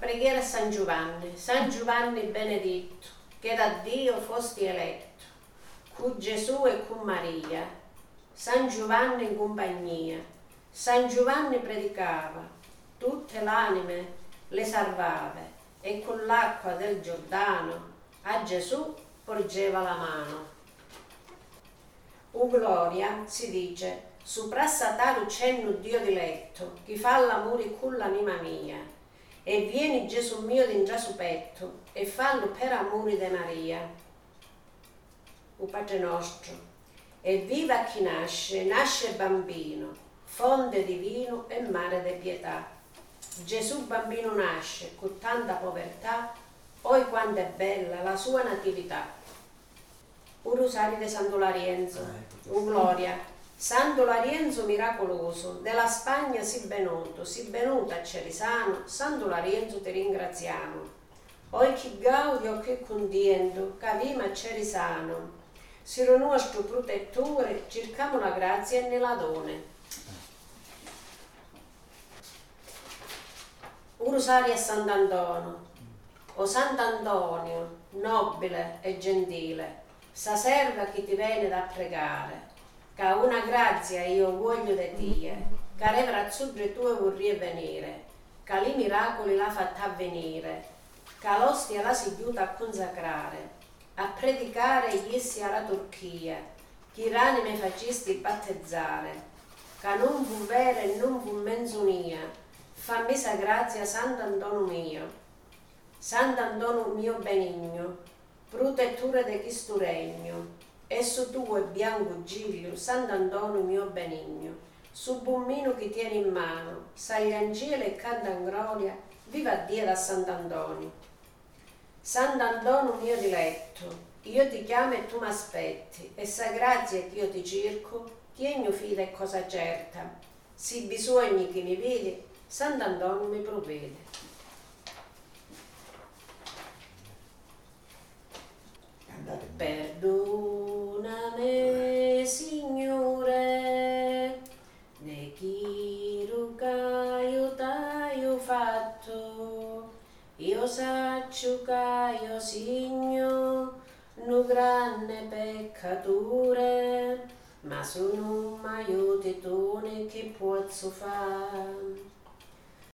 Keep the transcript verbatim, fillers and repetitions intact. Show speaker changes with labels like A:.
A: preghiera a San Giovanni. San Giovanni benedetto, che da Dio fosti eletto, con Gesù e con Maria. San Giovanni in compagnia. San Giovanni predicava, tutte l'anime le salvava e con l'acqua del Giordano a Gesù porgeva la mano. U gloria si dice, suprassataru cenno Dio diletto, chi fa l'amore con l'anima mia, e vieni Gesù mio d'ingià su petto, e fallo per amore di Maria. U Padre nostro, e viva chi nasce, nasce bambino, fonte di vino e mare di pietà. Gesù bambino nasce con tanta povertà, poi quanto è bella la sua natività. Un rosario di Santo Larienzo, un gloria. Santo Larienzo miracoloso, della Spagna si benuto, si benuto a Cerisano, Santo Larienzo ti ringraziamo. Oi chi gaudio, che contento, che avima a Cerisano, Siro nostro protettore, cercamo la grazia e nella done. Un rosario a Sant'Antonio. O Sant'Antonio, nobile e gentile, sa serva che ti viene da pregare, che una grazia io voglio di Dio, che le brazzugge tue vorrei venire, che i miracoli l'ha fatta avvenire, che l'ostia l'ha sigliuta a consacrare, a predicare iessi alla Turchia, che l'anime facesti battezzare, che non fu vera e non fu menzonia, fammi sa grazia Sant'Antonio mio. Sant'Antonio mio benigno, protettore di questo regno, esso tuo è bianco giglio, Sant'Antonio mio benigno, su bummino che tieni in mano, sai gli angeli e canta in gloria, viva Dio da Sant'Antonio. Sant'Antonio mio diletto, io ti chiamo e tu mi aspetti, e sa grazia che io ti cerco, tieni fide e cosa certa, si bisogni che mi vedi, Sant'Antonio mi provvede. Perdonami, Signore, di chi ruga io t'ho fatto, io saccio che io Signore, un grande peccatore, ma sono un aiutatore che posso fare.